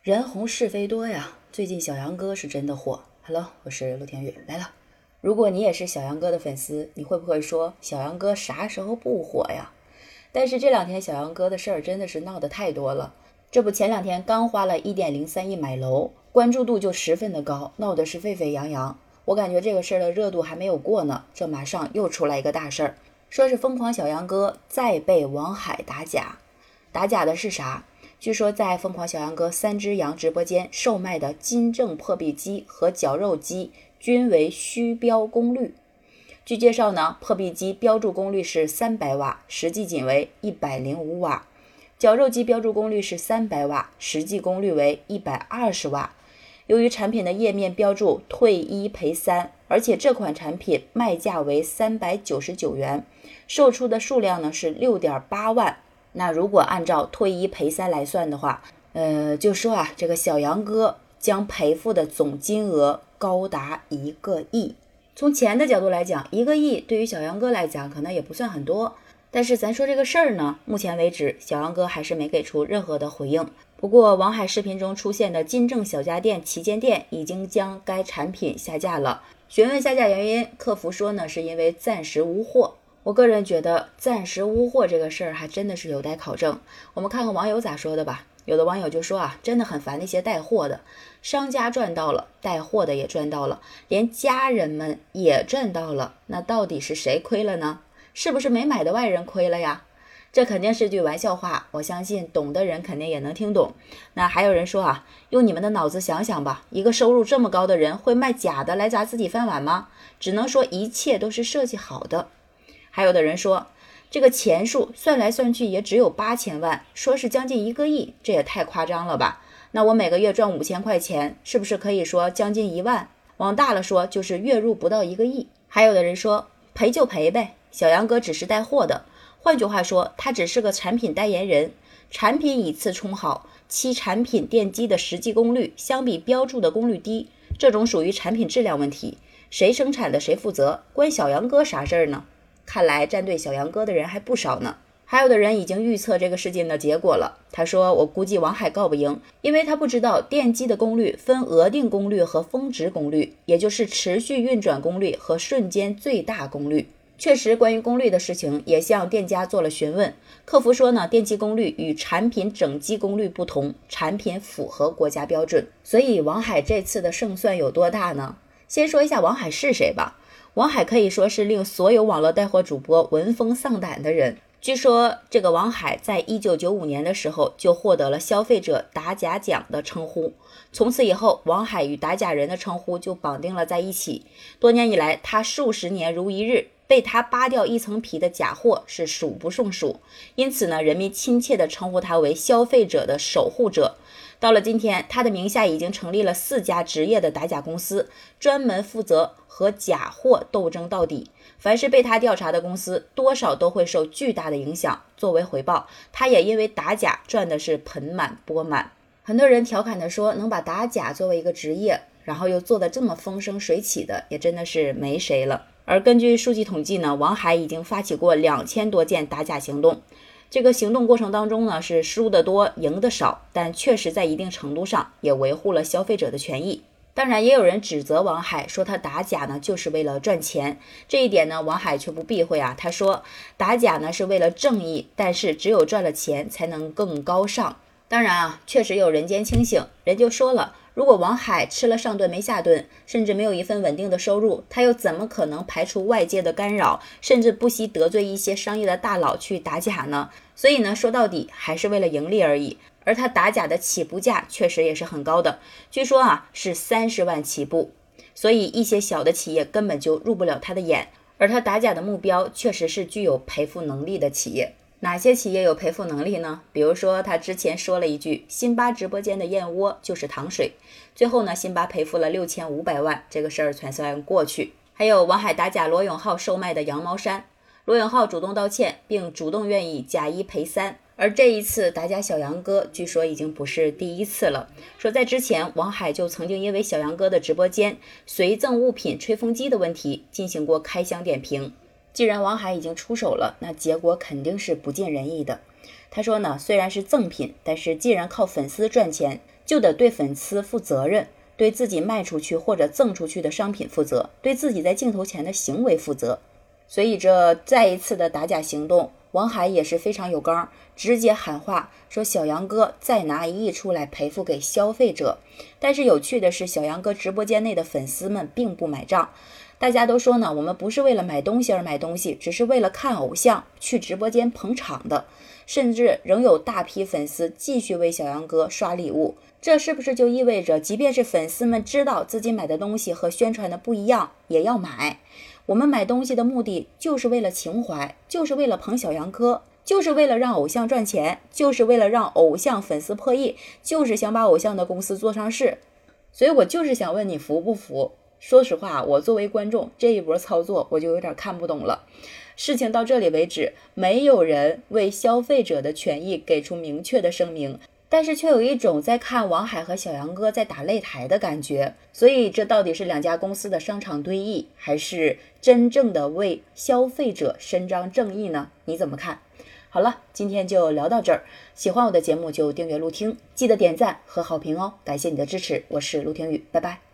人红是非多呀，最近小杨哥是真的火。Hello， 我是陆天宇来了。如果你也是小杨哥的粉丝，你会不会说小杨哥啥时候不火呀？但是这两天小杨哥的事儿真的是闹得太多了。这不前两天刚花了1.03亿买楼，关注度就十分的高，闹得是沸沸扬扬。我感觉这个事儿的热度还没有过呢，这马上又出来一个大事儿，说是疯狂小杨哥再被王海打假。打假的是啥？据说在疯狂小杨哥3只羊直播间售卖的金正破壁机和绞肉机均为虚标功率。据介绍呢，破壁机标注功率是300瓦，实际仅为105瓦；绞肉机标注功率是300瓦，实际功率为120瓦。由于产品的页面标注退1赔3，而且这款产品卖价为399元，售出的数量呢是6.8万。那如果按照退1赔3来算的话，就说啊，这个小杨哥将赔付的总金额高达1个亿。从钱的角度来讲，1个亿对于小杨哥来讲可能也不算很多，但是咱说这个事儿呢，目前为止小杨哥还是没给出任何的回应。不过王海视频中出现的金正小家电旗舰店已经将该产品下架了。询问下架原因，客服说呢是因为暂时无货。我个人觉得暂时无货这个事儿还真的是有待考证。我们看看网友咋说的吧。有的网友就说啊，真的很烦那些带货的，商家赚到了，带货的也赚到了，连家人们也赚到了，那到底是谁亏了呢？是不是没买的外人亏了呀？这肯定是句玩笑话，我相信懂的人肯定也能听懂。那还有人说啊，用你们的脑子想想吧，一个收入这么高的人会卖假的来砸自己饭碗吗？只能说一切都是设计好的。还有的人说，这个钱数算来算去也只有8000万，说是将近1个亿，这也太夸张了吧？那我每个月赚5000块钱，是不是可以说将近1万？往大了说，就是月入不到1个亿。还有的人说，赔就赔呗，小杨哥只是带货的，换句话说，他只是个产品代言人，产品以次充好，其产品电机的实际功率相比标注的功率低，这种属于产品质量问题，谁生产的谁负责，关小杨哥啥事儿呢？看来站队小杨哥的人还不少呢。还有的人已经预测这个事件的结果了，他说我估计王海告不赢，因为他不知道电机的功率分额定功率和峰值功率，也就是持续运转功率和瞬间最大功率。确实关于功率的事情也向店家做了询问，客服说呢，电机功率与产品整机功率不同，产品符合国家标准。所以王海这次的胜算有多大呢？先说一下王海是谁吧。王海可以说是令所有网络带货主播闻风丧胆的人。据说这个王海在1995年的时候就获得了消费者打假奖的称呼，从此以后王海与打假人的称呼就绑定了在一起。多年以来，他数十年如一日，被他扒掉一层皮的假货是数不胜数，因此呢，人民亲切地称呼他为消费者的守护者。到了今天，他的名下已经成立了4家职业的打假公司，专门负责和假货斗争到底。凡是被他调查的公司，多少都会受巨大的影响。作为回报，他也因为打假赚的是盆满钵满。很多人调侃地说，能把打假作为一个职业，然后又做得这么风生水起的，也真的是没谁了。而根据数据统计呢，王海已经发起过2000多件打假行动。这个行动过程当中呢，是输得多赢得少，但确实在一定程度上也维护了消费者的权益。当然也有人指责王海说他打假呢就是为了赚钱，这一点呢王海却不避讳啊，他说打假呢是为了正义，但是只有赚了钱才能更高尚。当然啊，确实有人间清醒，人就说了，如果王海吃了上顿没下顿，甚至没有一份稳定的收入，他又怎么可能排除外界的干扰，甚至不惜得罪一些商业的大佬去打假呢？所以呢，说到底还是为了盈利而已。而他打假的起步价确实也是很高的，据说啊是30万起步，所以一些小的企业根本就入不了他的眼。而他打假的目标确实是具有赔付能力的企业。哪些企业有赔付能力呢？比如说他之前说了一句辛巴直播间的燕窝就是糖水，最后呢辛巴赔付了6500万，这个事儿才算过去。还有王海打假罗永浩售卖的羊毛衫，罗永浩主动道歉，并主动愿意假1赔3。而这一次打假小杨哥据说已经不是第一次了，说在之前王海就曾经因为小杨哥的直播间随赠物品吹风机的问题进行过开箱点评。既然王海已经出手了，那结果肯定是不尽人意的。他说呢，虽然是赠品，但是既然靠粉丝赚钱， 就得对粉丝负责任，对自己卖出去或者赠出去的商品负责，对自己在镜头前的行为负责。所以这再一次的打假行动，王海也是非常有刚，直接喊话说小杨哥再拿1亿出来赔付给消费者。但是有趣的是，小杨哥直播间内的粉丝们并不买账，大家都说呢，我们不是为了买东西而买东西，只是为了看偶像去直播间捧场的，甚至仍有大批粉丝继续为小杨哥刷礼物。这是不是就意味着即便是粉丝们知道自己买的东西和宣传的不一样，也要买？我们买东西的目的就是为了情怀，就是为了捧小杨哥，就是为了让偶像赚钱，就是为了让偶像粉丝破亿，就是想把偶像的公司做上市。所以我就是想问你服不服？说实话，我作为观众，这一波操作我就有点看不懂了。事情到这里为止，没有人为消费者的权益给出明确的声明，但是却有一种在看王海和小杨哥在打擂台的感觉。所以这到底是两家公司的商场对弈，还是真正的为消费者伸张正义呢？你怎么看？好了，今天就聊到这儿。喜欢我的节目就订阅陆听，记得点赞和好评哦，感谢你的支持。我是陆听雨，拜拜。